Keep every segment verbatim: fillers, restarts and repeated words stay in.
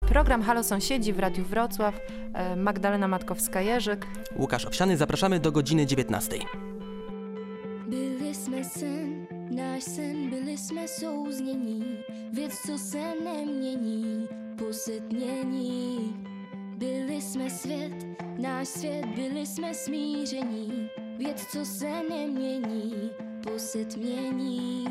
Program Halo Sąsiedzi w Radiu Wrocław. Magdalena Matkowska-Jerzyk. Łukasz Owsiany, zapraszamy do godziny dziewiętnastej. Byli jsme sen, náš sen, byli jsme souznění, věc, co se nemění, posetmění. Byli jsme svět, náš svět, byli jsme smíření, věc, co se nemění, posetmění.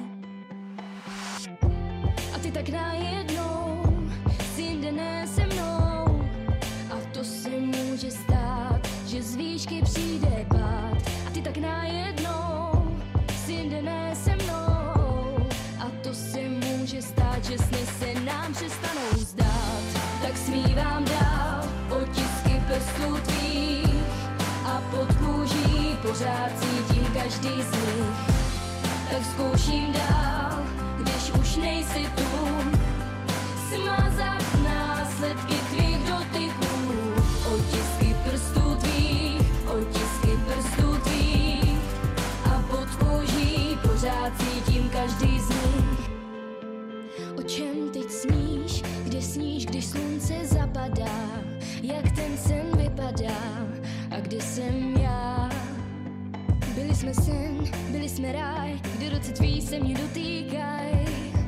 A ty tak najednou jsi jinde ne se mnou, a to se může stát, že z výšky přijde pád. A ty tak najednou jsi jinde ne se mnou, a to se může stát, že sny se nám přestanou zdát. Tak smívám dál otisky prstů tvých a pod kůží pořád cítím každý z nich. Tak zkouším dál, když už nejsi tu, smazat následky tvých dotyků. Otisky prstů tvých, otisky prstů tvých a pod kůží pořád cítím každý z nich. O čem teď sníš, kde sníš, když slunce zapadá, jak ten sen vypadá a kde jsem já. Byli jsme sen, byli jsme ráj, kde ruce tvý se mě dotýkaj,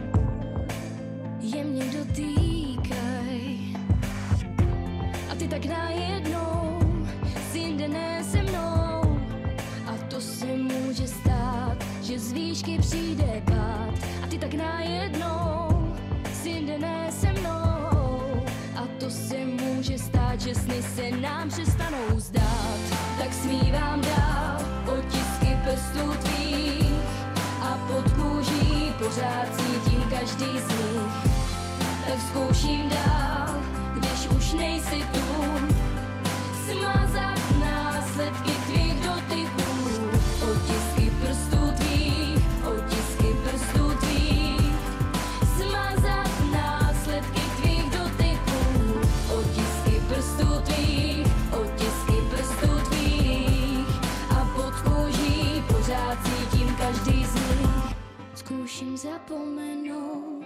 jemně dotýkaj. A ty tak najednou jsi jinde ne se mnou, a to se může stát, že z výšky přijde pád. A ty tak najednou jsi jinde ne se mnou, a to se může stát, že sny se nám přestanou zdát. Tak smívám dál otisky prstů tvých a pod kůží pořád cítím každý z nich. Tak zkouším dál, když už nejsi tu, smazat následky tvých dotyků. Otisky prstů tvých, otisky prstů tvých, smazat následky tvých dotyků. Otisky prstů tvých, otisky prstů tvých a pod kůží pořád cítím každý z nich. Zkouším zapomenout,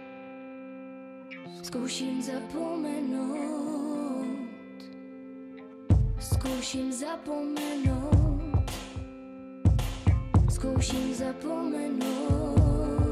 zkouším zapomenout, zkouším zapomenout, zkouším zapomenout.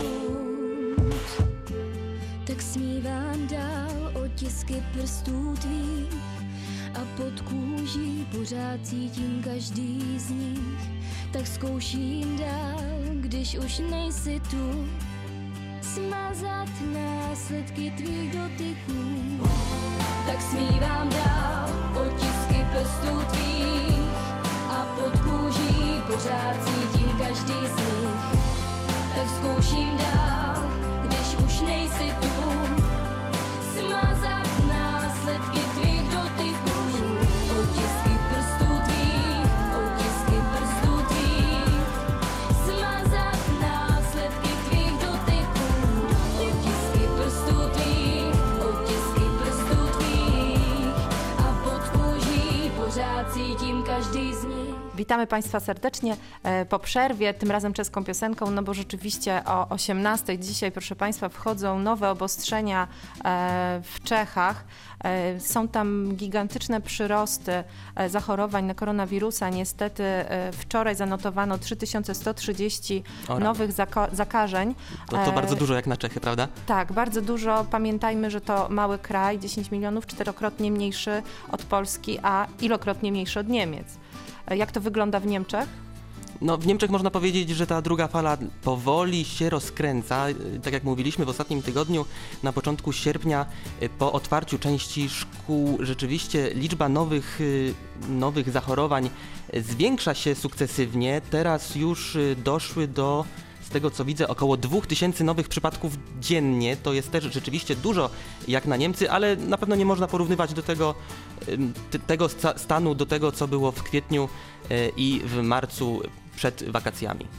Tak smívám dál otisky prstů tvých a pod kůží pořád cítím každý z nich. Tak zkouším dál, když už nejsi tu, smazat následky tvých dotyků. Tak smívám dál otisky prstů tvých a pod kůží pořád cítím každý z nich. Tak zkouším dál, když už nejsi tu, smazat následky tvých dotyků. Otisky prstů tvých, otisky prstů tvých, smazat následky tvých dotyků. Otisky prstů tvých, otisky prstů tvých a pod kůží pořád cítím každý z nich. Witamy Państwa serdecznie po przerwie, tym razem czeską piosenką, no bo rzeczywiście o osiemnastej dzisiaj, proszę Państwa, wchodzą nowe obostrzenia w Czechach. Są tam gigantyczne przyrosty zachorowań na koronawirusa. Niestety wczoraj zanotowano trzy tysiące sto trzydzieści Ora. nowych zaka- zakażeń. To, to bardzo dużo jak na Czechy, prawda? Tak, bardzo dużo. Pamiętajmy, że to mały kraj, dziesięć milionów, czterokrotnie mniejszy od Polski, a ilokrotnie mniejszy od Niemiec. Jak to wygląda w Niemczech? No, w Niemczech można powiedzieć, że ta druga fala powoli się rozkręca. Tak jak mówiliśmy w ostatnim tygodniu, na początku sierpnia, po otwarciu części szkół, rzeczywiście liczba nowych, nowych zachorowań zwiększa się sukcesywnie. Teraz już doszły do, z tego co widzę, około dwa tysiące nowych przypadków dziennie. To jest też rzeczywiście dużo jak na Niemcy, ale na pewno nie można porównywać do tego, tego stanu do tego, co było w kwietniu i w marcu przed wakacjami.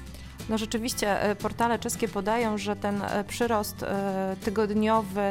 No rzeczywiście portale czeskie podają, że ten przyrost tygodniowy,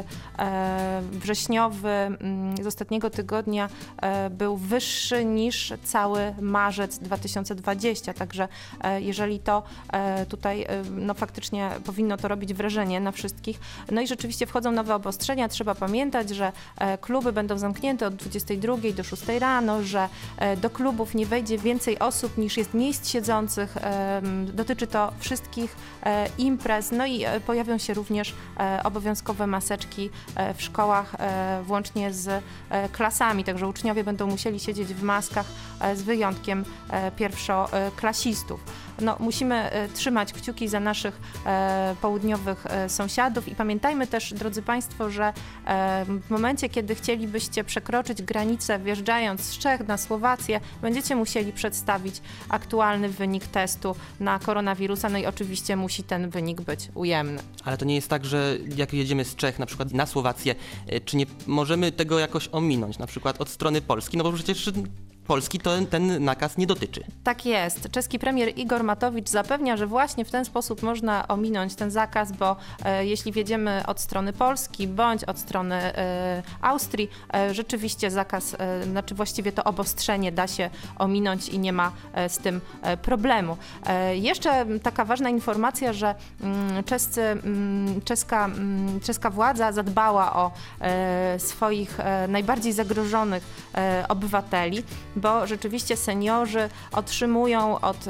wrześniowy z ostatniego tygodnia był wyższy niż cały marzec dwa tysiące dwudziesty. Także jeżeli to tutaj no faktycznie powinno to robić wrażenie na wszystkich. No i rzeczywiście wchodzą nowe obostrzenia. Trzeba pamiętać, że kluby będą zamknięte od dwudziestej drugiej do szóstej rano, że do klubów nie wejdzie więcej osób niż jest miejsc siedzących. Dotyczy to wszystkich imprez. No i pojawią się również obowiązkowe maseczki w szkołach, włącznie z klasami. Także uczniowie będą musieli siedzieć w maskach z wyjątkiem pierwszoklasistów. No, musimy trzymać kciuki za naszych e, południowych e, sąsiadów i pamiętajmy też, drodzy Państwo, że e, w momencie, kiedy chcielibyście przekroczyć granicę wjeżdżając z Czech na Słowację, będziecie musieli przedstawić aktualny wynik testu na koronawirusa, no i oczywiście musi ten wynik być ujemny. Ale to nie jest tak, że jak jedziemy z Czech na przykład na Słowację, czy nie możemy tego jakoś ominąć, na przykład od strony Polski, no bo przecież Polski to ten nakaz nie dotyczy. Tak jest. Czeski premier Igor Matowicz zapewnia, że właśnie w ten sposób można ominąć ten zakaz, bo e, jeśli wjedziemy od strony Polski bądź od strony e, Austrii, e, rzeczywiście zakaz, e, znaczy właściwie to obostrzenie da się ominąć i nie ma e, z tym e, problemu. E, jeszcze taka ważna informacja, że mm, czescy, mm, czeska, mm, czeska władza zadbała o e, swoich e, najbardziej zagrożonych e, obywateli, bo rzeczywiście seniorzy otrzymują od y,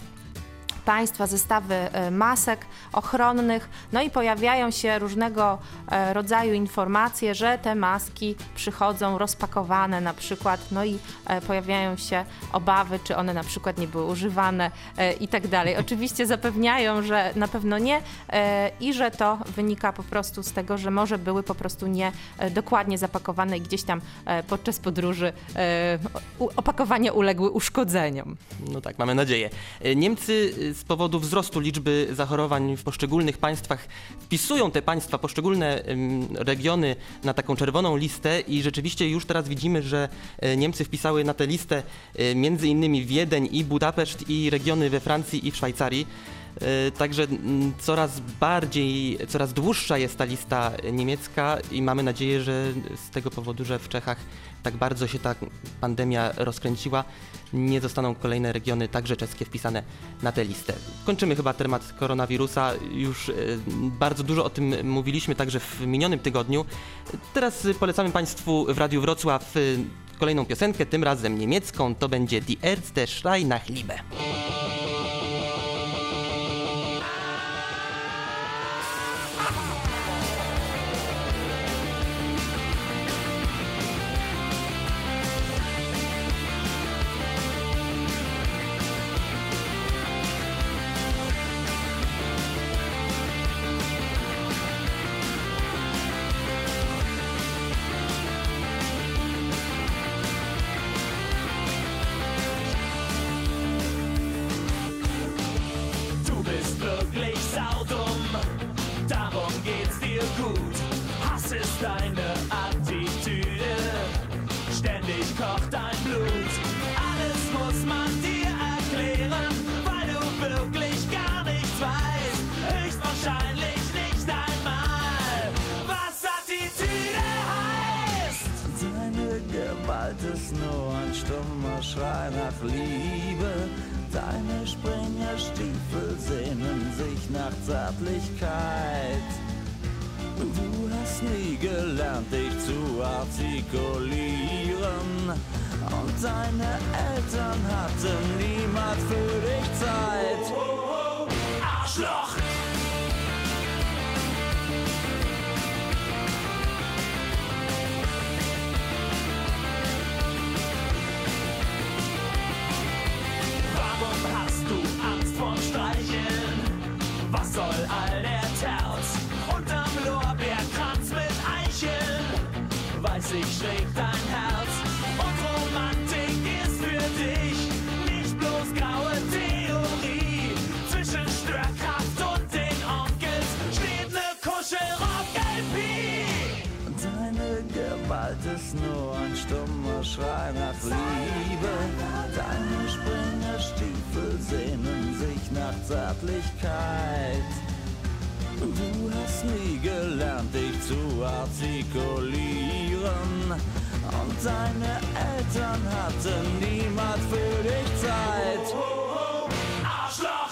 państwa zestawy masek ochronnych, no i pojawiają się różnego rodzaju informacje, że te maski przychodzą rozpakowane na przykład, no i pojawiają się obawy, czy one na przykład nie były używane i tak dalej. Oczywiście zapewniają, że na pewno nie i że to wynika po prostu z tego, że może były po prostu nie dokładnie zapakowane i gdzieś tam podczas podróży opakowania uległy uszkodzeniom. No tak, mamy nadzieję. Niemcy z powodu wzrostu liczby zachorowań w poszczególnych państwach wpisują te państwa, poszczególne regiony na taką czerwoną listę i rzeczywiście już teraz widzimy, że Niemcy wpisały na tę listę między innymi Wiedeń i Budapeszt i regiony we Francji i w Szwajcarii. Także coraz bardziej, coraz dłuższa jest ta lista niemiecka i mamy nadzieję, że z tego powodu, że w Czechach tak bardzo się ta pandemia rozkręciła, nie zostaną kolejne regiony, także czeskie, wpisane na tę listę. Kończymy chyba temat koronawirusa. Już bardzo dużo o tym mówiliśmy także w minionym tygodniu. Teraz polecamy Państwu w Radiu Wrocław kolejną piosenkę, tym razem niemiecką. To będzie Die Ärzte Schrei nach Liebe. Ist nur ein stummer Schrei nach Liebe. Deine Springerstiefel sehnen sich nach Zärtlichkeit. Du hast nie gelernt, dich zu artikulieren. Und deine Eltern hatten niemals für dich Zeit. Arschloch! Was soll all der Terz unterm Lorbeerkranz mit Eicheln? Weiß ich, schlägt dein Herz und Romantik ist für dich nicht bloß graue Theorie. Zwischen Störkraft und den Onkels steht ne Kuschelrock-L P. Deine Gewalt ist nur ein stummer Schrei nach Liebe. Deine Springerstiefel sehnen sich nach Zärtlichkeit. Du hast nie gelernt, dich zu artikulieren. Und deine Eltern hatten niemals für dich Zeit. Oh, oh, oh, Arschloch!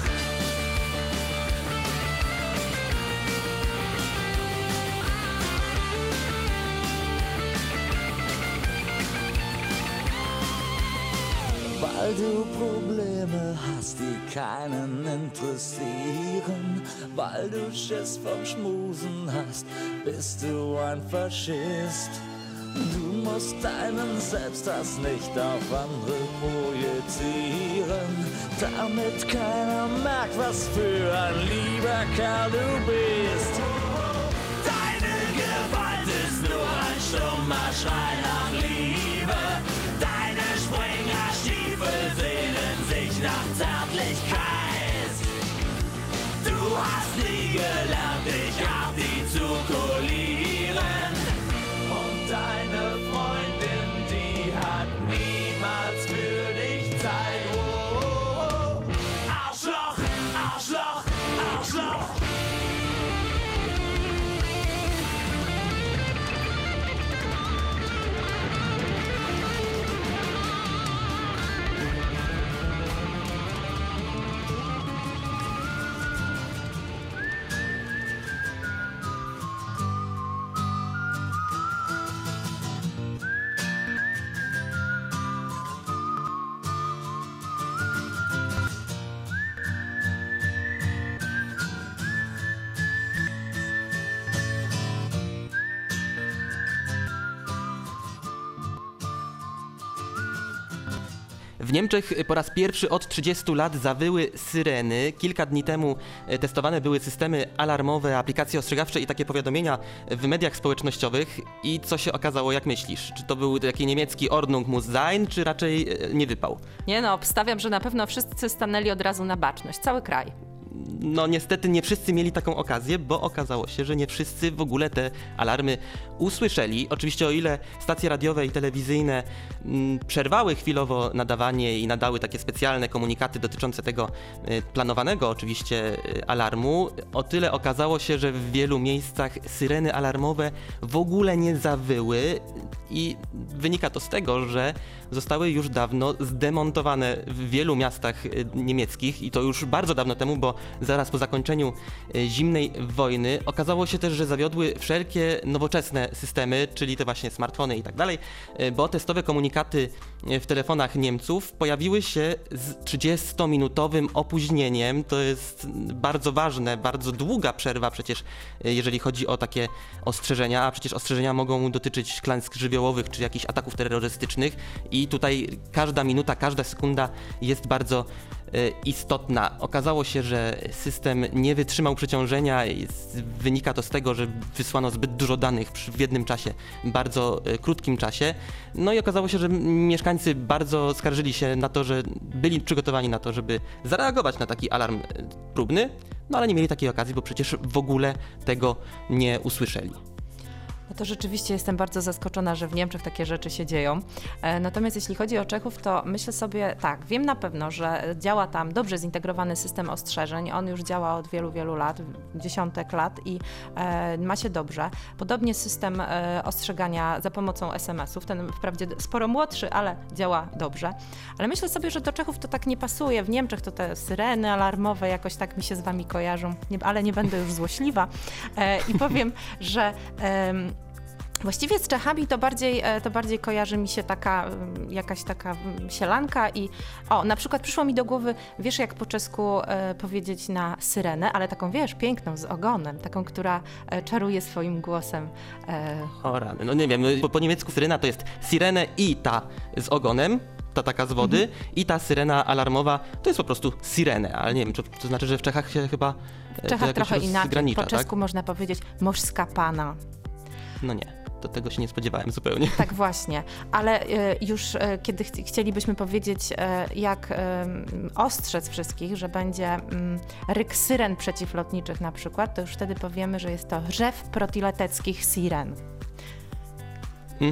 Weil du Probleme hast, die keinen interessieren. Weil du Schiss vom Schmusen hast, bist du ein Faschist. Du musst deinen Selbsthass nicht auf andere projizieren, damit keiner merkt, was für ein lieber Kerl du bist. Deine Gewalt ist nur ein stummer Schrei nach Liebe. Deine Springerstiefel sehnen sich nach Zärtlichkeit. Du hast nie gelernt, dich artikulieren. Und deine Freundin, die hat niemals für dich Zeit. Oh, oh, oh. Arschloch, Arschloch, Arschloch. W Niemczech po raz pierwszy od trzydziestu lat zawyły syreny. Kilka dni temu testowane były systemy alarmowe, aplikacje ostrzegawcze i takie powiadomienia w mediach społecznościowych. I co się okazało, jak myślisz? Czy to był taki niemiecki Ordnung muss sein, czy raczej nie wypał? Nie no, obstawiam, że na pewno wszyscy stanęli od razu na baczność, cały kraj. No niestety nie wszyscy mieli taką okazję, bo okazało się, że nie wszyscy w ogóle te alarmy usłyszeli. Oczywiście o ile stacje radiowe i telewizyjne m, przerwały chwilowo nadawanie i nadały takie specjalne komunikaty dotyczące tego y, planowanego oczywiście y, alarmu, o tyle okazało się, że w wielu miejscach syreny alarmowe w ogóle nie zawyły i wynika to z tego, że zostały już dawno zdemontowane w wielu miastach y, niemieckich i to już bardzo dawno temu, bo zaraz po zakończeniu zimnej wojny okazało się też, że zawiodły wszelkie nowoczesne systemy, czyli te właśnie smartfony i tak dalej, bo testowe komunikaty w telefonach Niemców pojawiły się z trzydziestominutowym opóźnieniem. To jest bardzo ważne, bardzo długa przerwa przecież, jeżeli chodzi o takie ostrzeżenia, a przecież ostrzeżenia mogą dotyczyć klęsk żywiołowych czy jakichś ataków terrorystycznych i tutaj każda minuta, każda sekunda jest bardzo istotna. Okazało się, że system nie wytrzymał przeciążenia i wynika to z tego, że wysłano zbyt dużo danych w jednym czasie, bardzo krótkim czasie. No i okazało się, że mieszkańcy bardzo skarżyli się na to, że byli przygotowani na to, żeby zareagować na taki alarm próbny, no ale nie mieli takiej okazji, bo przecież w ogóle tego nie usłyszeli. No to rzeczywiście jestem bardzo zaskoczona, że w Niemczech takie rzeczy się dzieją. E, natomiast jeśli chodzi o Czechów, to myślę sobie tak, wiem na pewno, że działa tam dobrze zintegrowany system ostrzeżeń. On już działa od wielu, wielu lat, dziesiątek lat i e, ma się dobrze. Podobnie system e, ostrzegania za pomocą es em esów, ten wprawdzie sporo młodszy, ale działa dobrze. Ale myślę sobie, że do Czechów to tak nie pasuje. W Niemczech to te syreny alarmowe jakoś tak mi się z wami kojarzą, nie, ale nie będę już złośliwa e, i powiem, że e, właściwie z Czechami to bardziej, to bardziej kojarzy mi się taka jakaś taka sielanka i o, na przykład przyszło mi do głowy, wiesz jak po czesku e, powiedzieć na syrenę, ale taką wiesz, piękną, z ogonem, taką, która e, czaruje swoim głosem. E... O rany, no nie wiem, bo po niemiecku syrena to jest sirene i ta z ogonem, ta taka z wody mhm. i ta syrena alarmowa to jest po prostu sirene, ale nie wiem, czy to znaczy, że w Czechach się chyba W Czechach trochę inaczej, po czesku tak? można powiedzieć morska pana. No nie. Do tego się nie spodziewałem zupełnie. Tak właśnie, ale już kiedy ch- chcielibyśmy powiedzieć, jak ostrzec wszystkich, że będzie ryk syren przeciwlotniczych na przykład, to już wtedy powiemy, że jest to rzew protileteckich siren. Mhm.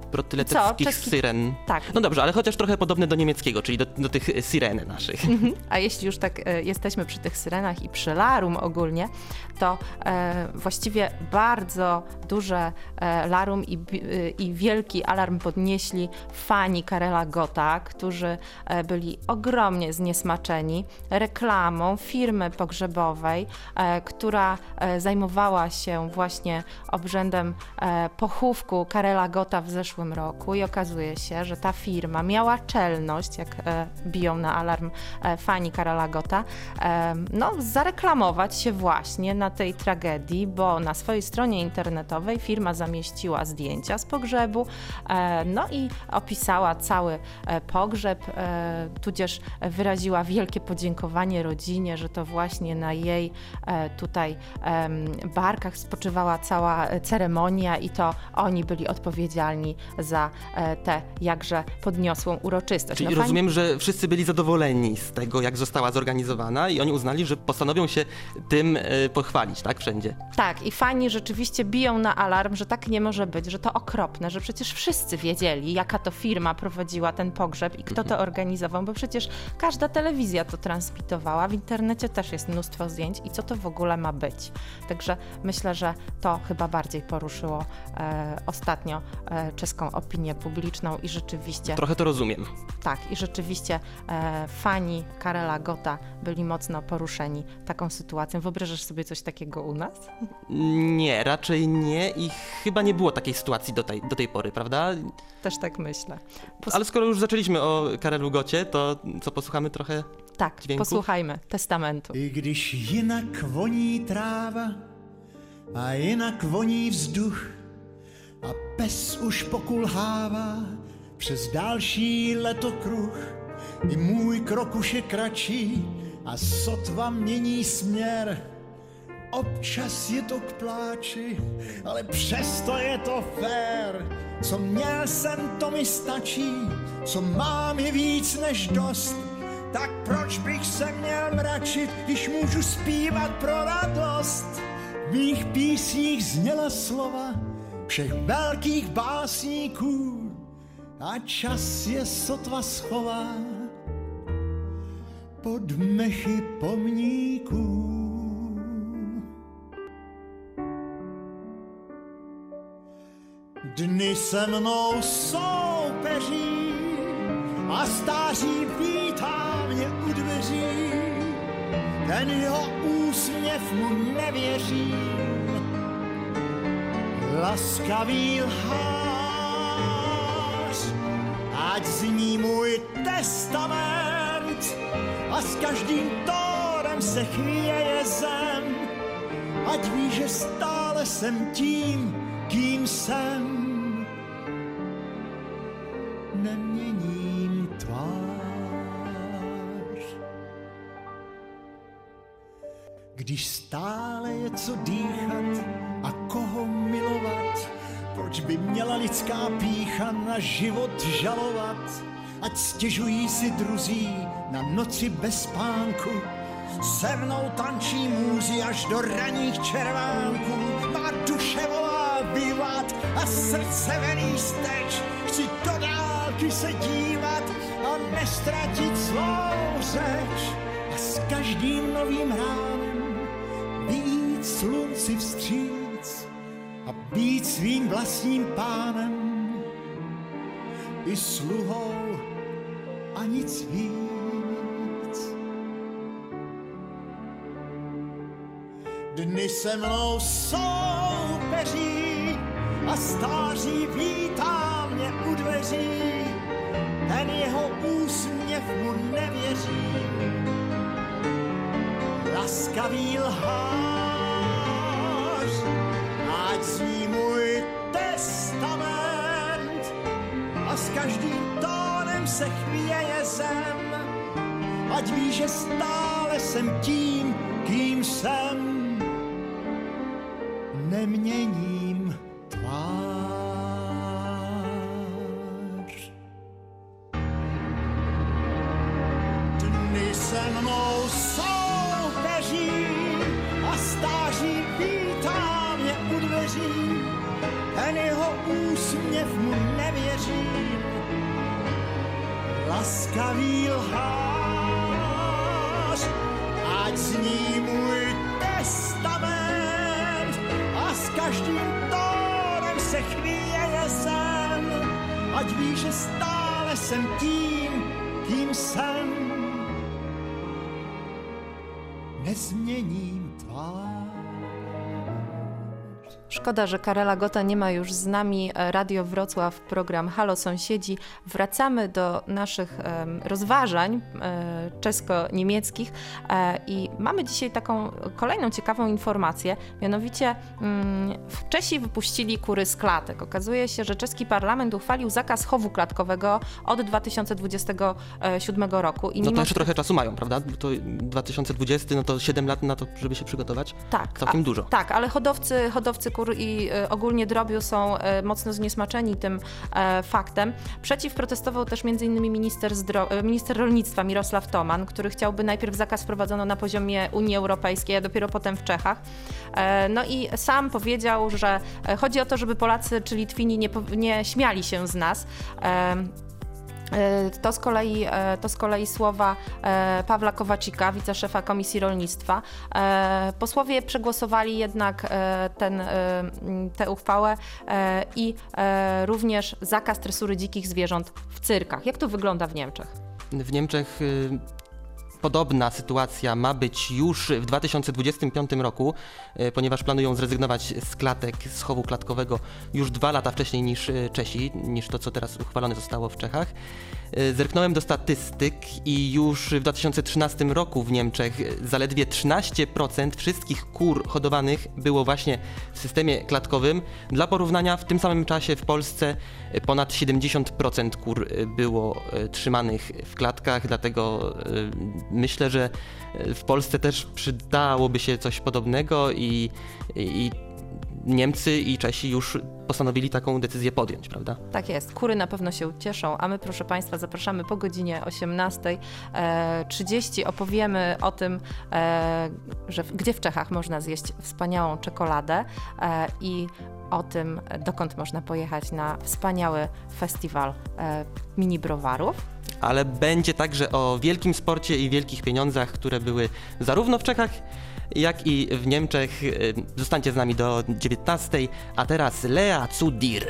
protyleteckich Czeski... syren. Tak. No dobrze, ale chociaż trochę podobne do niemieckiego, czyli do, do tych syren naszych. Mhm. A jeśli już tak e, jesteśmy przy tych syrenach i przy larum ogólnie, to e, właściwie bardzo duże e, larum i, e, i wielki alarm podnieśli fani Karela Gotta, którzy e, byli ogromnie zniesmaczeni reklamą firmy pogrzebowej, e, która e, zajmowała się właśnie obrzędem e, pochówku Karela Gotta w zeszłym roku i okazuje się, że ta firma miała czelność, jak e, biją na alarm e, fani Karela Gotta, e, no zareklamować się właśnie na tej tragedii, bo na swojej stronie internetowej firma zamieściła zdjęcia z pogrzebu, e, no i opisała cały e, pogrzeb, e, tudzież wyraziła wielkie podziękowanie rodzinie, że to właśnie na jej e, tutaj e, barkach spoczywała cała ceremonia i to oni byli odpowiedzialni za e, tę jakże podniosłą uroczystość. Czyli no, rozumiem, fani... że wszyscy byli zadowoleni z tego, jak została zorganizowana i oni uznali, że postanowią się tym e, pochwalić, tak? Wszędzie. Tak, i fani rzeczywiście biją na alarm, że tak nie może być, że to okropne, że przecież wszyscy wiedzieli, jaka to firma prowadziła ten pogrzeb i kto to organizował, bo przecież każda telewizja to transmitowała, w internecie też jest mnóstwo zdjęć i co to w ogóle ma być. Także myślę, że to chyba bardziej poruszyło e, ostatnio e, czeską opinię publiczną i rzeczywiście... Trochę to rozumiem. Tak, i rzeczywiście e, fani Karela Gotta byli mocno poruszeni taką sytuacją. Wyobrażasz sobie coś takiego u nas? Nie, raczej nie i chyba nie było takiej sytuacji do tej, do tej pory, prawda? Też tak myślę. Pos- Ale skoro już zaczęliśmy o Karelu Gotcie, to co, posłuchamy trochę tak, dźwięków? Posłuchajmy testamentu. I když jinak voní tráva a jinak voní vzduch a pes už pokulhává přes další letokruh, i můj krok už je kratší a sotva mění směr. Občas je to k pláči, ale přesto je to fér. Co měl jsem, to mi stačí, co mám je víc než dost. Tak proč bych se měl mračit, když můžu zpívat pro radost? V mých písních zněla slova všech velkých básníků a čas je sotva schová pod mechy pomníků. Dny se mnou soupeří a stáří vítá mě u dveří. Ten jeho úsměv mu nevěřím. Laskavý lhář, ať zní můj testament a s každým tórem se chvěje zem. Ať ví, že stále jsem tím, kým jsem. Neměním tvář. Když stále je co dýchat a koho milovat, proč by měla lidská pýcha na život žalovat? Ať stěžují si druzí na noci bez spánku, se mnou tančí můzy až do ranních červánků. Má duše volá bývat a srdce velí steč. Chci do dálky se dívat a nestratit svou řeč. A s každým novým ránem být slunci vstříc a být svým vlastním pánem i sluhou a nic víc. Dny se mnou soupeří a stáří vítá mě u dveří. Ten jeho úsměv mu nevěřím. Laskavý lhář, ať zní můj testament a s každým tónem se chvěje zem. Ať ví, že stále jsem tím, kým jsem. Neměním tvář. Dny se mnou soupeří a stáří vítá mě u dveří. Ten jeho úsměv mu nevěří. nevěřím, laskavý lhář, ať zní můj testament a s každým tónem se chvěje sem, ať víš, že stále jsem tím, kým jsem. Nezměním tvář. Szkoda, że Karela Gotta nie ma już z nami. Radio Wrocław, program Halo Sąsiedzi. Wracamy do naszych um, rozważań um, czesko-niemieckich um, i mamy dzisiaj taką kolejną ciekawą informację. Mianowicie um, Czesi wypuścili kury z klatek. Okazuje się, że czeski parlament uchwalił zakaz chowu klatkowego od dwa tysiące dwudziestego siódmego roku. I no to mimo... jeszcze trochę czasu mają, prawda? To dwa tysiące dwudziesty, no to siedem lat na to, żeby się przygotować. Tak. Całkiem a, dużo. Tak, ale hodowcy, hodowcy kur i y, ogólnie drobiu są y, mocno zniesmaczeni tym y, faktem. Przeciw protestował też m.in. minister, zdro- minister rolnictwa Mirosław Toman, który chciałby najpierw zakaz wprowadzono na poziomie Unii Europejskiej, a dopiero potem w Czechach. E, no i sam powiedział, że chodzi o to, żeby Polacy czy Litwini nie, nie śmiali się z nas. E, To z, kolei, to z kolei słowa Pawła Kowaczyka, wiceszefa Komisji Rolnictwa. Posłowie przegłosowali jednak ten, tę uchwałę i również zakaz tresury dzikich zwierząt w cyrkach. Jak to wygląda w Niemczech? W Niemczech podobna sytuacja ma być już w dwa tysiące dwudziestym piątym roku, ponieważ planują zrezygnować z klatek, z chowu klatkowego już dwa lata wcześniej niż Czesi, niż to, co teraz uchwalone zostało w Czechach. Zerknąłem do statystyk i już w dwa tysiące trzynastym roku w Niemczech zaledwie trzynaście procent wszystkich kur hodowanych było właśnie w systemie klatkowym. Dla porównania w tym samym czasie w Polsce ponad siedemdziesiąt procent kur było trzymanych w klatkach, dlatego myślę, że w Polsce też przydałoby się coś podobnego i, i Niemcy i Czesi już postanowili taką decyzję podjąć, prawda? Tak jest. Kury na pewno się ucieszą, a my, proszę Państwa, zapraszamy po godzinie osiemnastej trzydzieści. Opowiemy o tym, że gdzie w Czechach można zjeść wspaniałą czekoladę i o tym, dokąd można pojechać na wspaniały festiwal mini browarów. Ale będzie także o wielkim sporcie i wielkich pieniądzach, które były zarówno w Czechach, jak i w Niemczech. Zostańcie z nami do dziewiętnastej, a teraz Lea zu dir.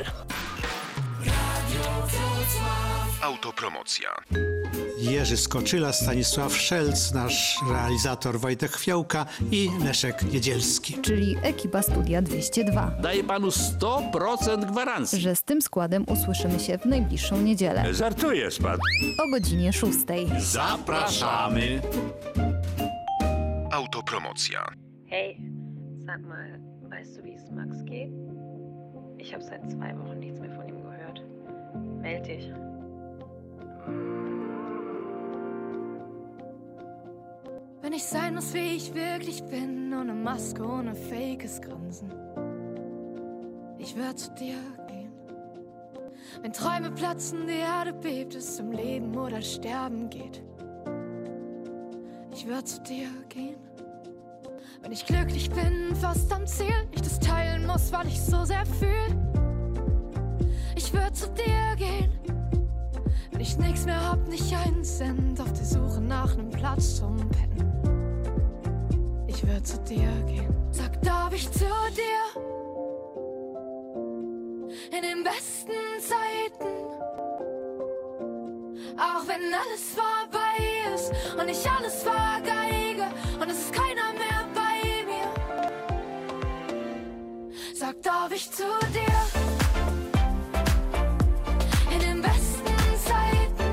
Autopromocja. Jerzy Skoczyla, Stanisław Szelc, nasz realizator Wojtek Chwiołka i Leszek Niedzielski. Czyli ekipa Studia dwieście dwa. Daję panu sto procent gwarancji. Że z tym składem usłyszymy się w najbliższą niedzielę. Żartujesz pan. O godzinie szóstej. Zapraszamy. Autopromocja. Hey, sag mal, weißt du, wie es Max geht? Ich habe seit zwei Wochen nichts mehr von ihm gehört. Meld dich. Wenn ich sein muss, wie ich wirklich bin, ohne Maske, ohne fakes Grinsen. Ich werde zu dir gehen. Wenn Träume platzen, die Erde bebt, es um Leben oder Sterben geht. Ich werde zu dir gehen. Wenn ich glücklich bin, fast am Ziel, ich das teilen muss, weil ich so sehr fühl. Ich würde zu dir gehen. Wenn ich nix mehr hab, nicht einen Cent, auf der Suche nach nem Platz zum Pennen. Ich würde zu dir gehen. Sag, darf ich zu dir? In den besten Zeiten. Auch wenn alles vorbei ist und ich alles vergeige und es ist keiner mehr bei mir. Sag, darf ich zu dir? In den besten Zeiten.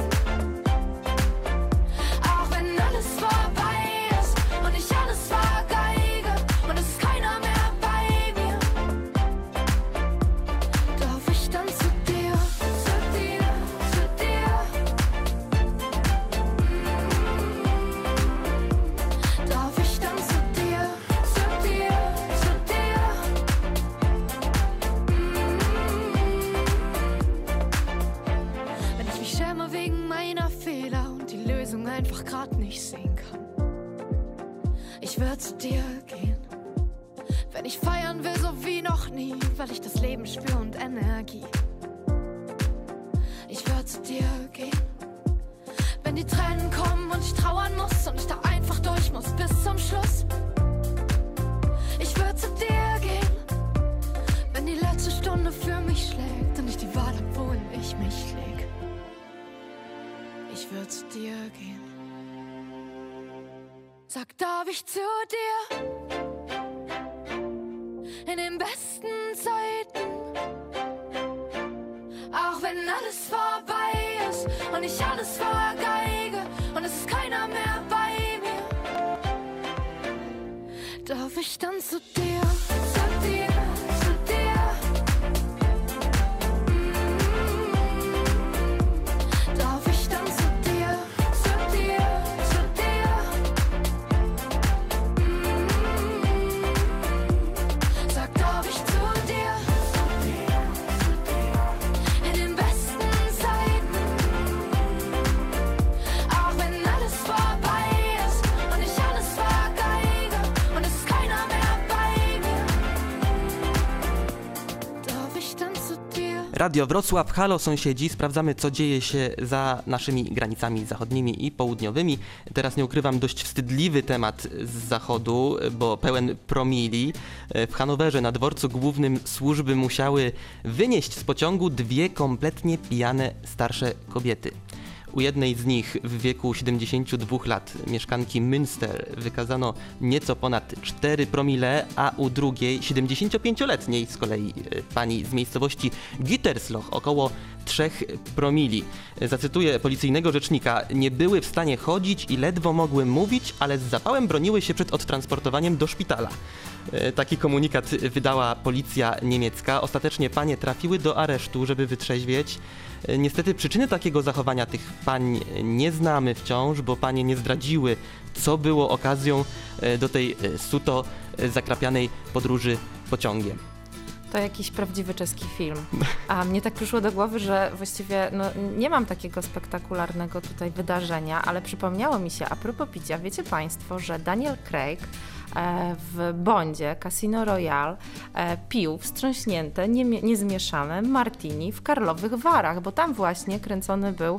Auch wenn alles vorbei ist und ich alles vergeige und es ist keiner mehr bei mir. Darf ich dann zu dir, zu dir, zu dir? Darf ich dann zu dir, zu dir, zu dir? Wenn ich mich schäme wegen meiner Fehler und die Lösung einfach grad nicht sehen kann. Ich würde zu dir gehen. Wenn ich feiern will, so wie noch nie, weil ich das Leben spür und Energie. würde zu dir gehen. Wenn die Tränen kommen und ich trauern muss und ich da einfach durch muss bis zum Schluss. Ich würde zu dir gehen, wenn die letzte Stunde für mich schlägt und ich die Wahl hab, wohin ich mich leg. Ich würde zu dir gehen. Sag, darf ich zu dir? In den besten Zeiten, auch wenn alles vorbei ist und ich alles vergeige und es ist keiner mehr bei mir, darf ich dann zu dir, zu dir, zu dir, mm-hmm. Darf ich dann zu dir, zu dir, zu dir, mm-hmm. Sag, darf ich zu dir, zu dir, zu dir, in den besten Zeiten, auch wenn alles vorbei ist und ich alles vergeige und es ist keiner mehr bei mir, darf ich dann zu dir. Radio Wrocław, halo sąsiedzi, sprawdzamy co dzieje się za naszymi granicami zachodnimi i południowymi. Teraz nie ukrywam dość wstydliwy temat z zachodu, bo pełen promili. W Hanowerze na dworcu głównym służby musiały wynieść z pociągu dwie kompletnie pijane starsze kobiety. U jednej z nich w wieku siedemdziesięciu dwóch lat, mieszkanki Münster, wykazano nieco ponad cztery promile, a u drugiej, siedemdziesięciopięcioletniej z kolei pani z miejscowości Gütersloh, około trzech promili. Zacytuję policyjnego rzecznika: nie były w stanie chodzić i ledwo mogły mówić, ale z zapałem broniły się przed odtransportowaniem do szpitala. Taki komunikat wydała policja niemiecka. Ostatecznie panie trafiły do aresztu, żeby wytrzeźwieć. Niestety przyczyny takiego zachowania tych pań nie znamy wciąż, bo panie nie zdradziły, co było okazją do tej suto zakrapianej podróży pociągiem. To jakiś prawdziwy czeski film. A mnie tak przyszło do głowy, że właściwie no, nie mam takiego spektakularnego tutaj wydarzenia, ale przypomniało mi się a propos picia, wiecie Państwo, że Daniel Craig w Bondzie Casino Royale pił wstrząśnięte, nie, niezmieszane martini w Karlowych Warach, bo tam właśnie kręcony był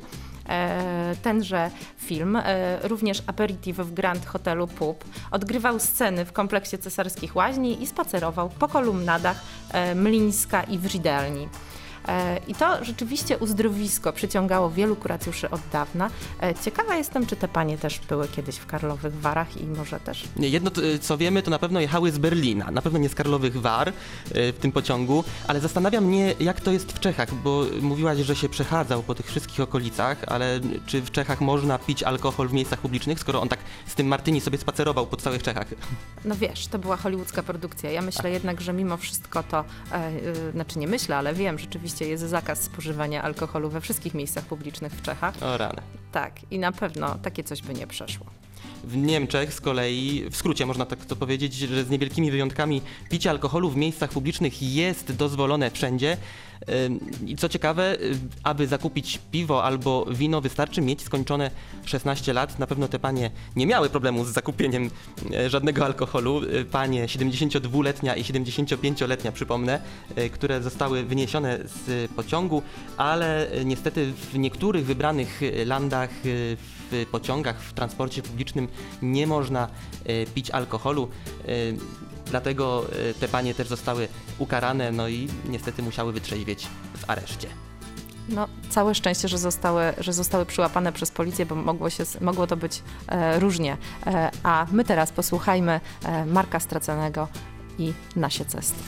tenże film, również aperitif w Grand Hotelu Pub. Odgrywał sceny w kompleksie Cesarskich Łaźni i spacerował po kolumnadach Mlińska i Wrzidelni. I to rzeczywiście uzdrowisko przyciągało wielu kuracjuszy od dawna. Ciekawa jestem, czy te panie też były kiedyś w Karlowych Warach i może też... Jedno, co wiemy, to na pewno jechały z Berlina, na pewno nie z Karlowych War w tym pociągu, ale zastanawia mnie, jak to jest w Czechach, bo mówiłaś, że się przechadzał po tych wszystkich okolicach, ale czy w Czechach można pić alkohol w miejscach publicznych, skoro on tak z tym martini sobie spacerował po całych Czechach? No wiesz, to była hollywoodzka produkcja. Ja myślę jednak, że mimo wszystko to, e, yy, znaczy nie myślę, ale wiem, rzeczywiście jest zakaz spożywania alkoholu we wszystkich miejscach publicznych w Czechach. O rany. Tak, i na pewno takie coś by nie przeszło. W Niemczech z kolei, w skrócie można tak to powiedzieć, że z niewielkimi wyjątkami picie alkoholu w miejscach publicznych jest dozwolone wszędzie. I co ciekawe, aby zakupić piwo albo wino wystarczy mieć skończone szesnaście lat. Na pewno te panie nie miały problemu z zakupieniem żadnego alkoholu. Panie siedemdziesięciodwuletnia i siedemdziesięciopięcioletnia, przypomnę, które zostały wyniesione z pociągu, ale niestety w niektórych wybranych landach, w pociągach, w transporcie publicznym nie można pić alkoholu. Dlatego te panie też zostały ukarane, no i niestety musiały wytrzeźwieć w areszcie. No, całe szczęście, że zostały, że zostały przyłapane przez policję, bo mogło, się, mogło to być e, różnie. E, a my teraz posłuchajmy e, Marka Straconego i Nasie cesty.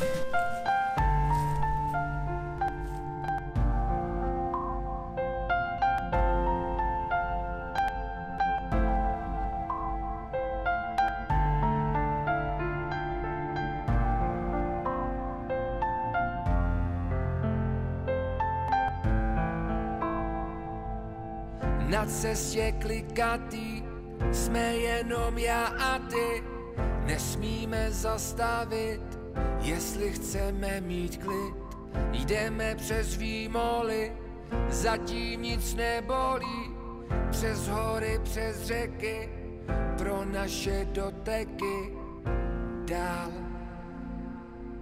Na cestě klikatý jsme jenom já a ty. Nesmíme zastavit, jestli chceme mít klid. Jdeme přes výmoly, zatím nic nebolí. Přes hory, přes řeky, pro naše doteky dál.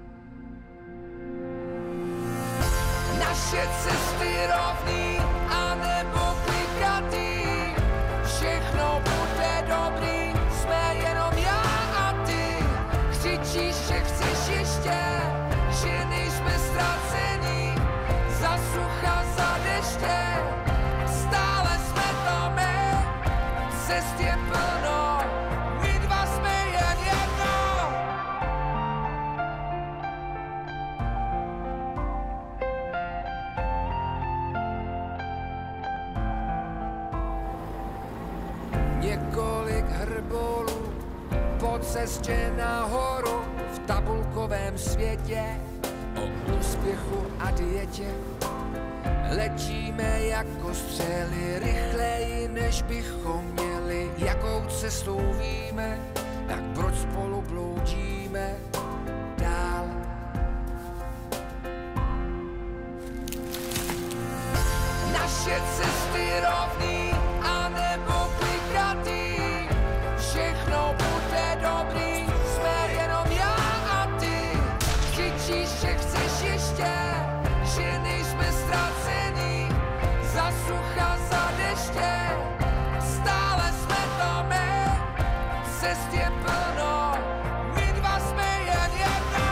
Naše cesty rovný a ještě, stále jsme to my, cest je plno, my dva jsme jen jedno. Několik hrbolů po cestě nahoru v tabulkovém světě o úspěchu a dietě. Letíme jako střely rychleji, než bychom měli. Jakou cestou víme, tak proč spolu bloudíme dál. Naše cesty rovný a nebo klikatý, všechno bude dobrý, jsme jenom já a ty. Křičíš, že chceš ještě, že nejsme ztracení, za sucha, za deště, stále jsme to my, cest je plno, my dva jsme jen jedno.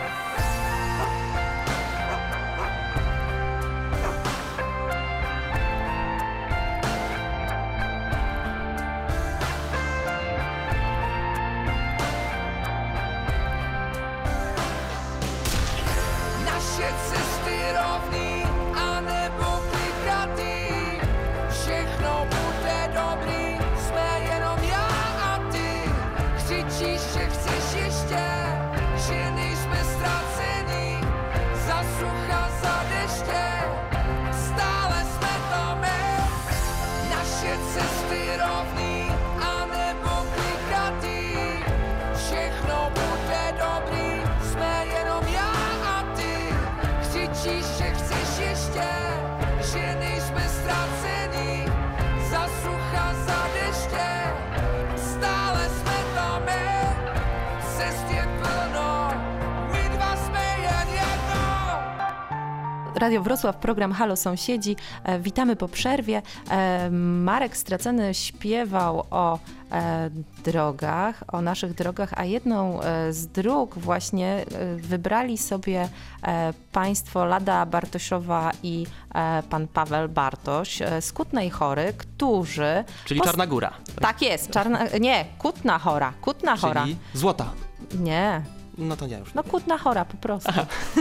Naše cesty rovný a nebo klikatý, všechno bude dobrý, jsme jenom já a ty. Křičíš, že chceš ještě, že nejsme ztracení, za sucha, za deště, stále jsme to my. Naše cesty rovný a nebo klikatý, všechno bude dobrý, jsme jenom já a ty. Křičíš, že chceš ještě, že nejsme ztracení, za sucha, za deště, stále jsme to my, cest je plno, my dva jsme jen jedno. Radio Wrocław, program Halo Sąsiedzi. E, witamy po przerwie. E, Marek Straceny śpiewał o e, drogach, o naszych drogach, a jedną e, z dróg właśnie e, wybrali sobie e, państwo Lada Bartoszowa i e, pan Paweł Bartoś e, z Kutnej Hory, którzy... Czyli Czarna Góra. Tak jest, Czarna... nie, Kutna Hora, Kutna Hora. Czyli Złota. Nie. No to nie już. No Kutna Hora po prostu.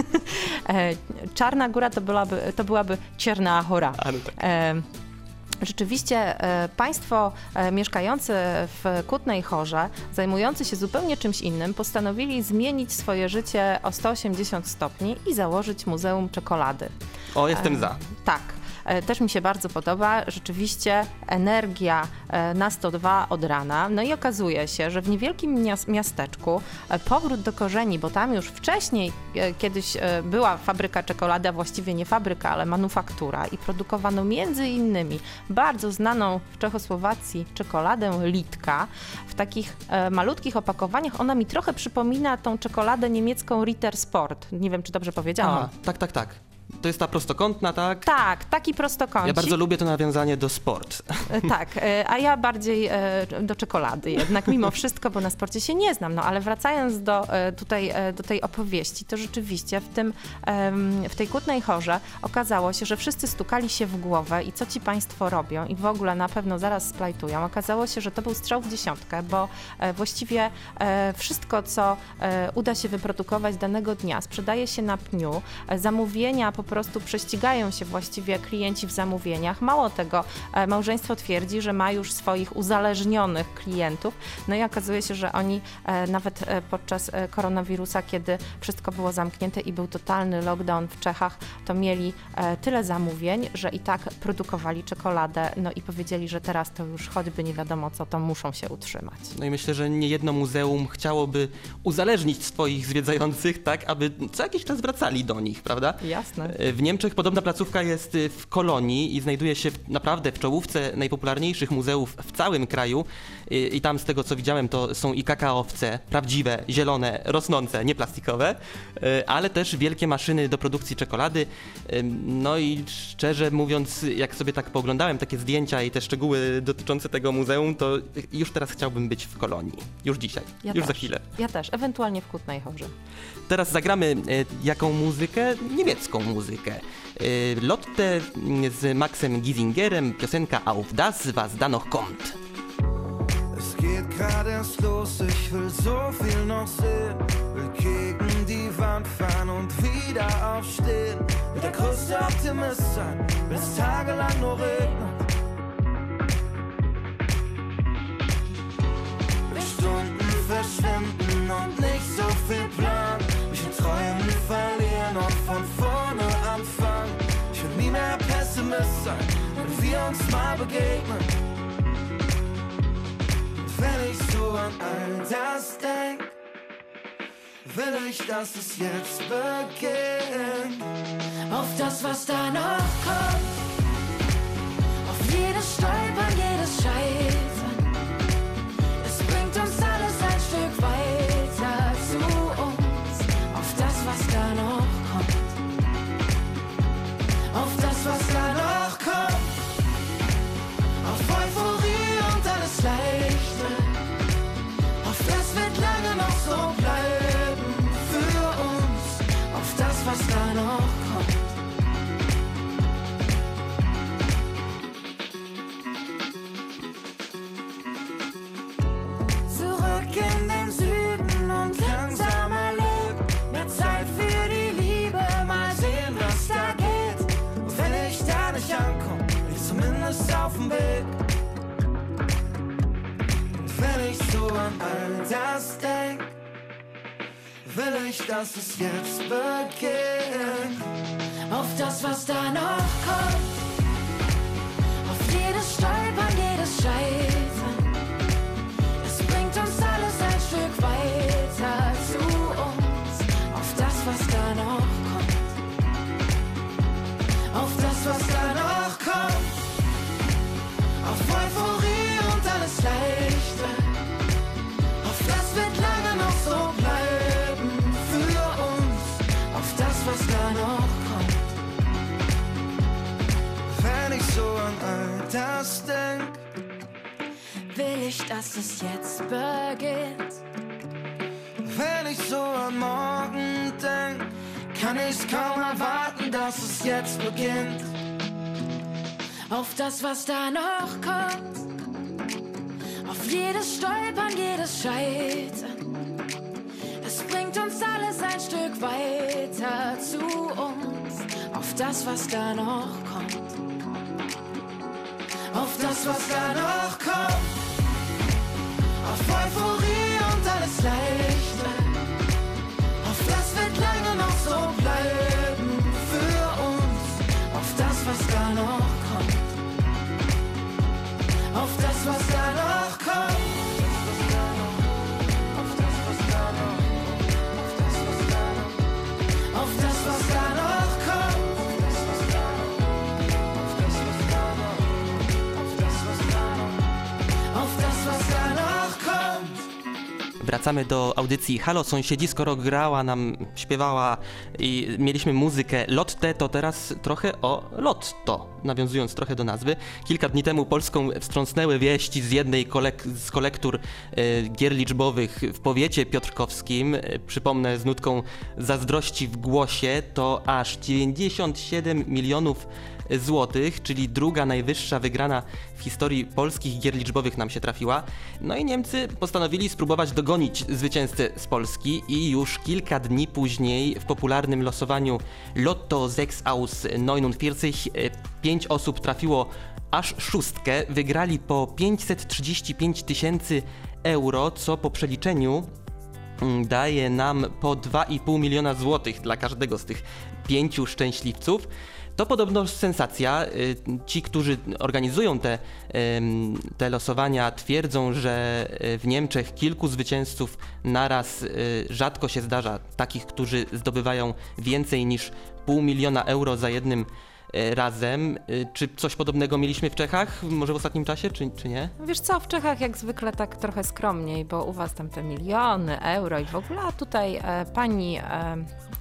E, Czarna Góra to byłaby, to byłaby Czarna Hora. A, no tak. E, Rzeczywiście e, państwo e, mieszkające w Kutnej Horze, zajmujący się zupełnie czymś innym, postanowili zmienić swoje życie o sto osiemdziesiąt stopni i założyć Muzeum Czekolady. O, jestem E, za. Tak. E, Też mi się bardzo podoba, rzeczywiście energia e, na sto dwa od rana. No i okazuje się, że w niewielkim mias- miasteczku e, powrót do korzeni, bo tam już wcześniej e, kiedyś e, była fabryka czekolady, a właściwie nie fabryka, ale manufaktura i produkowano między innymi bardzo znaną w Czechosłowacji czekoladę Litka w takich e, malutkich opakowaniach. Ona mi trochę przypomina tą czekoladę niemiecką Ritter Sport. Nie wiem, czy dobrze powiedziałam. Aha, tak, tak, tak. To jest ta prostokątna, tak? Tak, taki prostokącik. Ja bardzo lubię to nawiązanie do sport. Tak, a ja bardziej do czekolady jednak mimo wszystko, bo na sporcie się nie znam. No ale wracając do, tutaj, do tej opowieści, to rzeczywiście w, tym, w tej Kutnej Horze okazało się, że wszyscy stukali się w głowę i co ci państwo robią i w ogóle na pewno zaraz splajtują. Okazało się, że to był strzał w dziesiątkę, bo właściwie wszystko, co uda się wyprodukować danego dnia, sprzedaje się na pniu. Zamówienia po prostu prześcigają się właściwie klienci w zamówieniach. Mało tego, małżeństwo twierdzi, że ma już swoich uzależnionych klientów. No i okazuje się, że oni nawet podczas koronawirusa, kiedy wszystko było zamknięte i był totalny lockdown w Czechach, to mieli tyle zamówień, że i tak produkowali czekoladę. No i powiedzieli, że teraz to już choćby nie wiadomo co, to muszą się utrzymać. No i myślę, że nie jedno muzeum chciałoby uzależnić swoich zwiedzających, tak, aby co jakiś czas wracali do nich, prawda? Jasne. W Niemczech podobna placówka jest w Kolonii i znajduje się w, naprawdę w czołówce najpopularniejszych muzeów w całym kraju. I, I tam z tego co widziałem to są i kakaowce, prawdziwe, zielone, rosnące, nie plastikowe, ale też wielkie maszyny do produkcji czekolady. No i szczerze mówiąc, jak sobie tak pooglądałem takie zdjęcia i te szczegóły dotyczące tego muzeum, to już teraz chciałbym być w Kolonii. Już dzisiaj, ja już też. za chwilę. Ja też, ewentualnie w Kutnej Horze. Teraz zagramy jaką muzykę? Niemiecką muzykę. muzykę. Lotte z Maxem Gisingerem, piosenka Auf das, was da noch kommt. Es geht gerade erst los, ich will so viel noch sehen. Will gegen die Wand fahren und wieder aufstehen. Will der größte Optimist sein, bis tagelang nur regnet. Will Stunden verschwinden und nicht so viel Plan. Mich in Träumen verlieren und von vorne anfangen. Ich will nie mehr Pessimist sein, wenn wir uns mal begegnen. Wenn ich so an all das denk, will ich, dass es jetzt beginnt. Auf das, was da noch kommt, auf jedes Stolpern, jedes Scheitern. Es bringt uns alles ein Stück weiter zu uns. Auf das, was da noch kommt, auf das, was da noch kommt, auf Euphorie und alles Leichte. Auf das wird lange noch so bleiben für uns. Auf das, was da noch kommt. Zurück in den Süden und langsamer leben. Mehr Zeit für die Liebe, mal sehen, was da geht. Und wenn ich da nicht ankomme, bin ich zumindest auf dem Weg. Wenn ich so an all das denk, will ich, dass es jetzt beginnt. Auf das, was da noch kommt, auf jedes Stolpern, jedes Scheitern. Es bringt uns alles ein Stück weiter zu uns. Auf das, was da noch kommt, auf das, was da noch kommt, auf Euphorie und alles Leichte. Auf das wird lange noch so bleiben für uns. Auf das, was da noch kommt. Wenn ich so an all das denk, will ich, dass es jetzt beginnt. wenn ich so an morgen denk, kann ich's kaum erwarten, dass es jetzt beginnt. Auf das, was da noch kommt, auf jedes Stolpern, jedes Scheitern. Es bringt uns alles ein Stück weiter zu uns. Auf das, was da noch kommt, auf das, was da noch kommt, auf Euphorie und alles Leichte. Auf das wird lange noch so bleiben für uns. Auf das, was da noch kommt, auf das, was da noch kommt, auf das, was da noch, auf das, was da noch kommt, auf das, was da noch, auf das, was da noch, auf das, was da noch kommt. Wracamy do audycji Halo Sąsiedzi. Skoro grała nam, śpiewała i mieliśmy muzykę Lotte, to teraz trochę o Lotto, nawiązując trochę do nazwy. Kilka dni temu Polską wstrząsnęły wieści z jednej kolek- z kolektur e, gier liczbowych w powiecie piotrkowskim. E, przypomnę, z nutką zazdrości w głosie, to aż dziewięćdziesiąt siedem milionów złotych, czyli druga najwyższa wygrana w historii polskich gier liczbowych nam się trafiła. No i Niemcy postanowili spróbować dogonić zwycięzcę z Polski i już kilka dni później w popularnym losowaniu Lotto sechs aus neunundvierzig pięć osób trafiło aż szóstkę. Wygrali po pięćset trzydzieści pięć tysięcy euro, co po przeliczeniu daje nam po dwa i pół miliona złotych dla każdego z tych pięciu szczęśliwców. To podobno sensacja. Ci, którzy organizują te, te losowania, twierdzą, że w Niemczech kilku zwycięzców naraz rzadko się zdarza. Takich, którzy zdobywają więcej niż pół miliona euro za jednym razem. Czy coś podobnego mieliśmy w Czechach, może w ostatnim czasie, czy, czy nie? Wiesz co, w Czechach jak zwykle tak trochę skromniej, bo u was tam te miliony, euro i w ogóle, a tutaj e, pani e,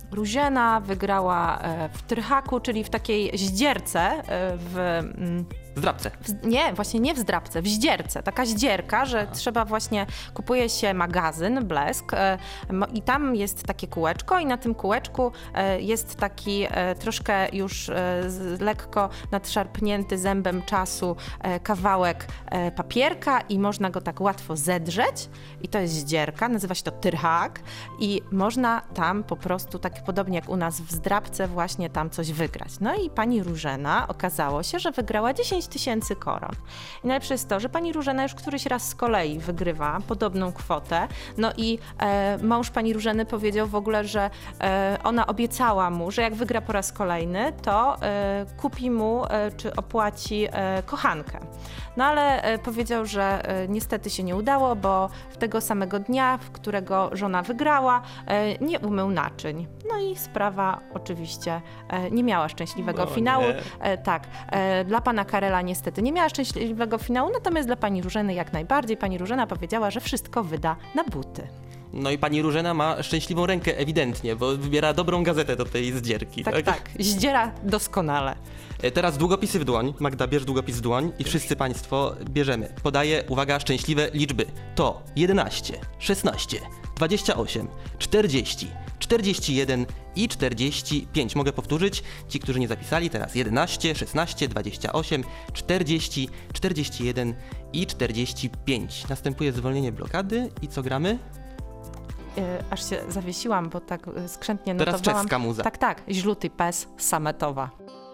Gruziena wygrała e, w Trychaku, czyli w takiej zdzierce e, w... Mm, W zdrabce. W, nie, właśnie nie w zdrabce, w zdzierce. Taka zdzierka, że Aha. trzeba właśnie, kupuje się magazyn, Blesk e, i tam jest takie kółeczko i na tym kółeczku e, jest taki e, troszkę już e, z, lekko nadszarpnięty zębem czasu e, kawałek e, papierka i można go tak łatwo zedrzeć i to jest zdzierka, nazywa się to tyrhak i można tam po prostu, tak podobnie jak u nas w zdrabce, właśnie tam coś wygrać. No i pani Różena okazało się, że wygrała dziesięć tysięcy koron. I najlepsze jest to, że pani Różena już któryś raz z kolei wygrywa podobną kwotę. No i e, mąż pani Różeny powiedział w ogóle, że e, ona obiecała mu, że jak wygra po raz kolejny, to e, kupi mu e, czy opłaci e, kochankę. No ale e, powiedział, że e, niestety się nie udało, bo w tego samego dnia, w którego żona wygrała, e, nie umył naczyń. No i sprawa oczywiście e, nie miała szczęśliwego no finału. Nie. E, tak, e, dla pana Karela niestety nie miała szczęśliwego finału, natomiast dla pani Różeny jak najbardziej. Pani Różena powiedziała, że wszystko wyda na buty. No i pani Różena ma szczęśliwą rękę ewidentnie, bo wybiera dobrą gazetę do tej zdzierki. Tak, tak, tak. Zdziera doskonale. Teraz długopisy w dłoń. Magda, bierz długopis w dłoń i wszyscy państwo bierzemy. Podaję, uwaga, szczęśliwe liczby. To jedenaście, szesnaście, dwadzieścia osiem, czterdzieści, czterdzieści jeden i czterdzieści pięć. Mogę powtórzyć? Ci, którzy nie zapisali, teraz jedenaście, szesnaście, dwadzieścia osiem, czterdzieści, czterdzieści jeden i czterdzieści pięć. Następuje zwolnienie blokady i co gramy? Yy, aż się zawiesiłam, bo tak yy, skrzętnie Teraz notowałam. czeska muza. Tak, tak. Žlutý pes Sametowa.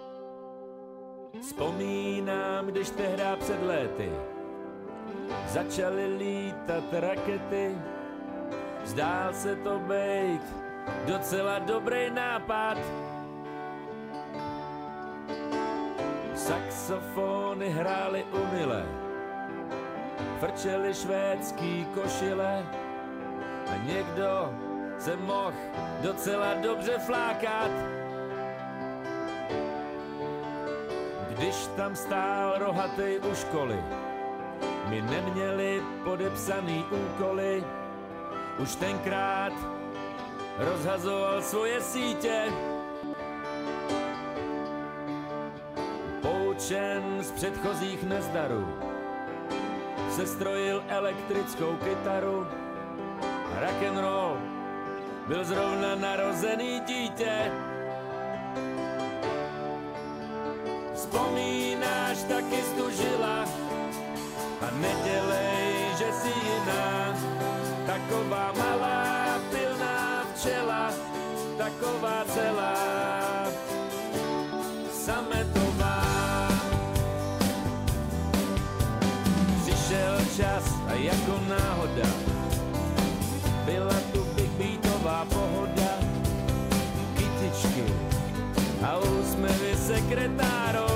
Vzpomínám, když tehda před léty začaly lítat rakety. Zdál se to bejt docela dobrý nápad. Saxofony hrály umile, frčely švédský košile a někdo se mohl docela dobře flákat. Když tam stál rohatej u školy, my neměli podepsaný úkoly. Už tenkrát rozhazoval svoje sítě. Poučen z předchozích nezdarů, sestrojil elektrickou kytaru. Rock'n'roll byl zrovna narozený dítě. Vzpomínáš, taky stužila a nedělej, že jsi jiná. Taková malá, pilná včela, taková celá sametová. Přišel čas a jako náhoda byla tu big beatová pohoda. Kytičky a úsměvy sekretárok.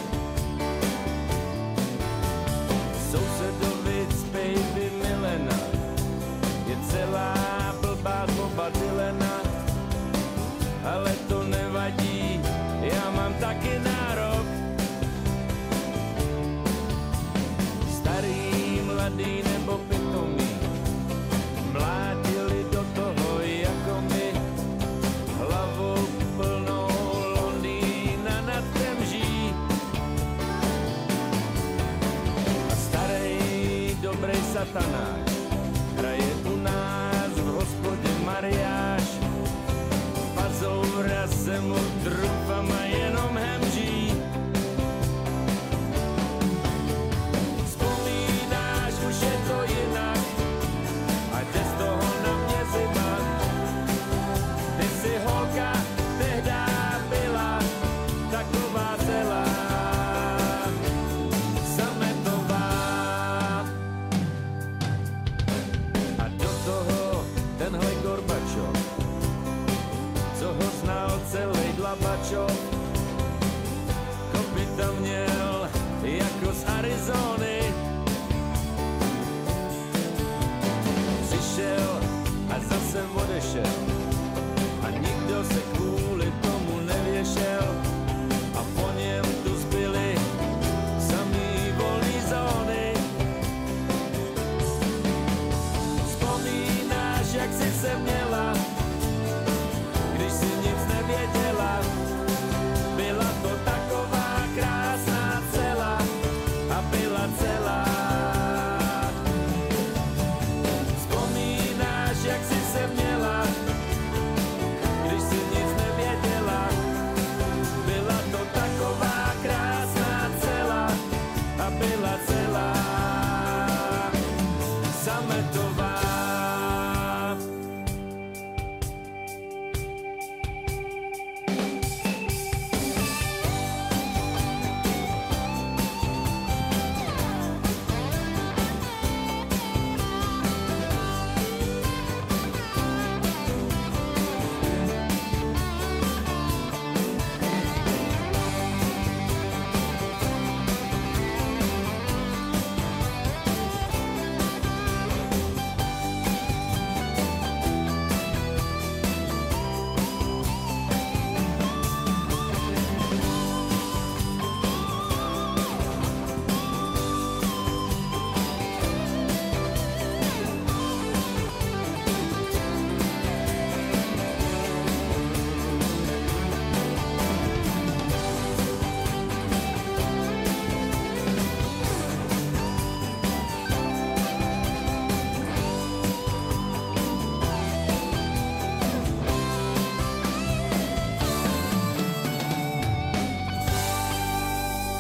Sousedovic baby Milena je celá blbá zloba Dylena, ale to nevadí, já mám taky nárok. Starý, mladý nebo pitomý, mládili do toho jako my, hlavou plnou Londýna nad Temží. A starý, dobrý satanáš hraje u nás v hospodě mariáš. Pazoura se mu trufama jenom hemží. Vzpomínáš, už je to jinak a jde z toho na mě zima. Ty si holka tehda byla taková celá sametová.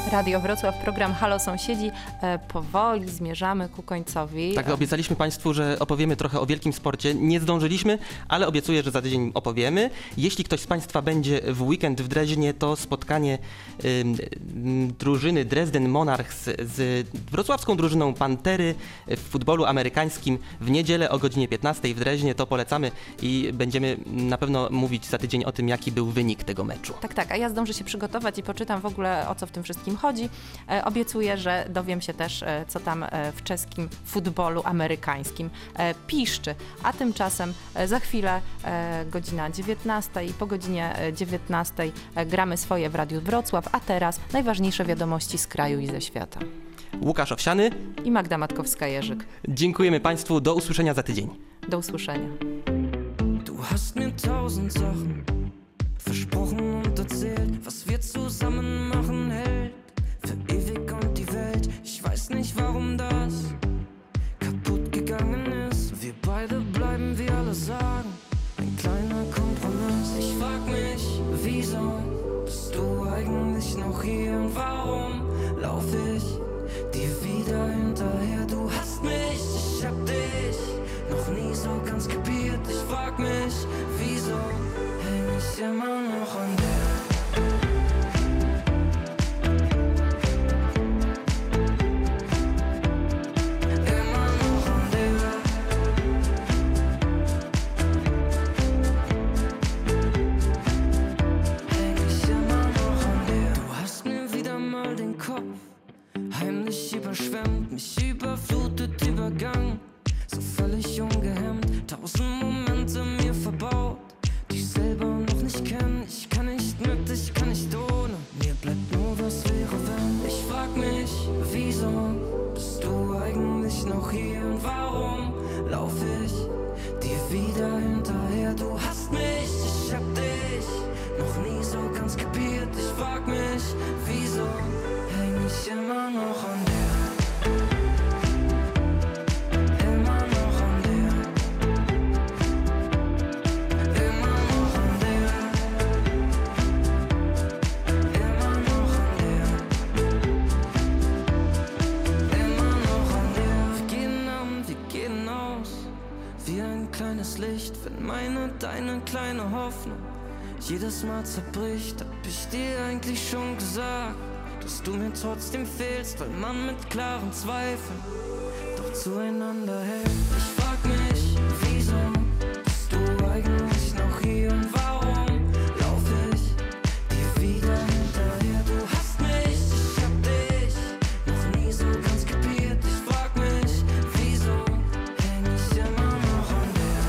Radio Wrocław, program Halo Sąsiedzi. E, powoli zmierzamy ku końcowi. Tak, obiecaliśmy Państwu, że opowiemy trochę o wielkim sporcie. Nie zdążyliśmy, ale obiecuję, że za tydzień opowiemy. Jeśli ktoś z Państwa będzie w weekend w Dreźnie, to spotkanie y, y, drużyny Dresden Monarchs z wrocławską drużyną Pantery w futbolu amerykańskim w niedzielę o godzinie piętnastej w Dreźnie. To polecamy i będziemy na pewno mówić za tydzień o tym, jaki był wynik tego meczu. Tak, tak, a ja zdążę się przygotować i poczytam w ogóle, o co w tym wszystkim chodzi. E, obiecuję, że dowiem się też, e, co tam e, w czeskim futbolu amerykańskim e, piszczy. A tymczasem e, za chwilę e, godzina dziewiętnasta i po godzinie dziewiętnastej e, gramy swoje w Radiu Wrocław, a teraz najważniejsze wiadomości z kraju i ze świata. Łukasz Owsiany i Magda Matkowska-Jerzyk. Dziękujemy Państwu, do usłyszenia za tydzień. Do usłyszenia. Du hast mir tausend Sachen versprochen und erzählt, was wir zusammen machen hält für ewig und die Welt. Ich weiß nicht, warum das kaputt gegangen ist. Wir beide bleiben, wie alle sagen, ein kleiner Kompromiss. Ich frag mich, wieso bist du eigentlich noch hier und warum lauf ich dir wieder hinterher? Du hast mich, ich hab dich noch nie so ganz kapiert. Ich frag mich, wieso häng ich immer noch an dir? Immer noch an dir. Häng ich immer noch an dir. Du hast mir wieder mal den Kopf heimlich überschwemmt, mich überflutet, übergangen, so völlig ungehemmt, tausend Momente mir verbaut, die ich selber noch nicht kenn. Ich kann nicht mit, ich kann nicht ohne, mir bleibt nur, was wäre wenn. Ich frag mich, wieso bist du eigentlich noch hier und warum lauf ich dir wieder hinterher? Du hast mich, ich hab dich noch nie so ganz kapiert. Ich frag mich, wieso häng ich immer noch an dir? Immer noch an dir. Immer noch an dir. Immer noch an dir. Immer noch an dir. Wir gehen an, wir gehen aus, wie ein kleines Licht, wenn meine, deine kleine Hoffnung jedes Mal zerbricht. Hab ich dir eigentlich schon gesagt, dass du mir trotzdem fehlst, weil man mit klaren Zweifeln doch zueinander hält. Ich frag mich, wieso bist du eigentlich noch hier und warum lauf ich dir wieder hinterher? Du hast mich, ich hab dich noch nie so ganz kapiert. Ich frag mich, wieso häng ich immer noch an dir?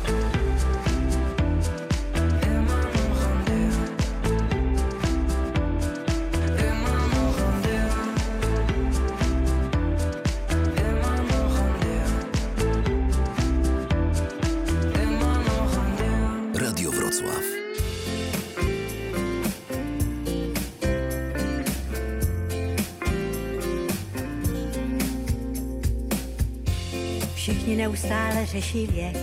Immer noch an dir. Immer noch an dir. Immer noch an dir. Immer noch an dir. Radio Wrocław. Všichni neustále řeší věk,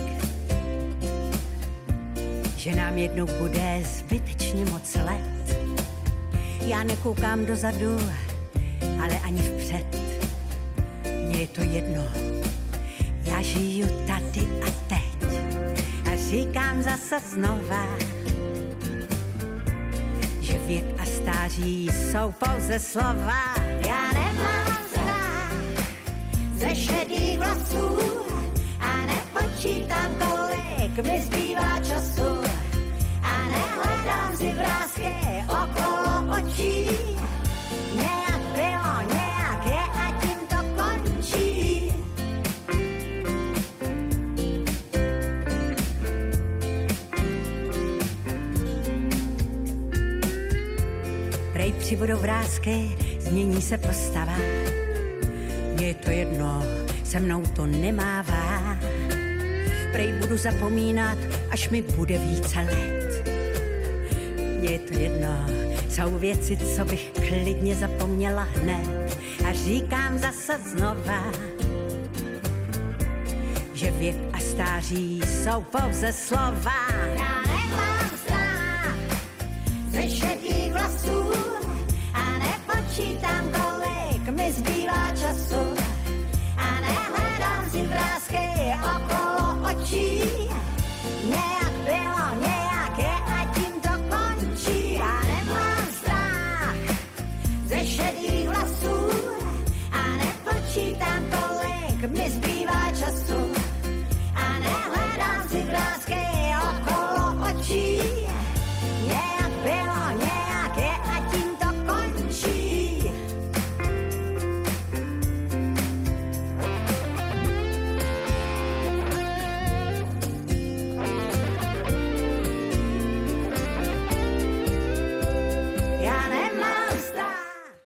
že nám jednou bude zbytečně moc let. Já nekoukám dozadu, ale ani vpřed. Mně je to jedno, já žiju tady a teď. A říkám zase znova, že věk a stáří jsou pouze slova. Já nemám strach ze šedých vlasů a nepočítám, kolik mi zbývá času. A nehledám si vrásky okolo očí. Nějak bylo, nějak je a tím to končí. Prej přibudou vrásky, změní se postava. Mně je to jedno, se mnou to nemává. Prej budu zapomínat, až mi bude více let. Mně je to jedno, jsou věci, co bych klidně zapomněla hned. A říkám zase znova, že věk a stáří jsou pouze slova. Já nemám strach ze šedých vlasů a nepočítám, počítám, kolik mi zbývá času.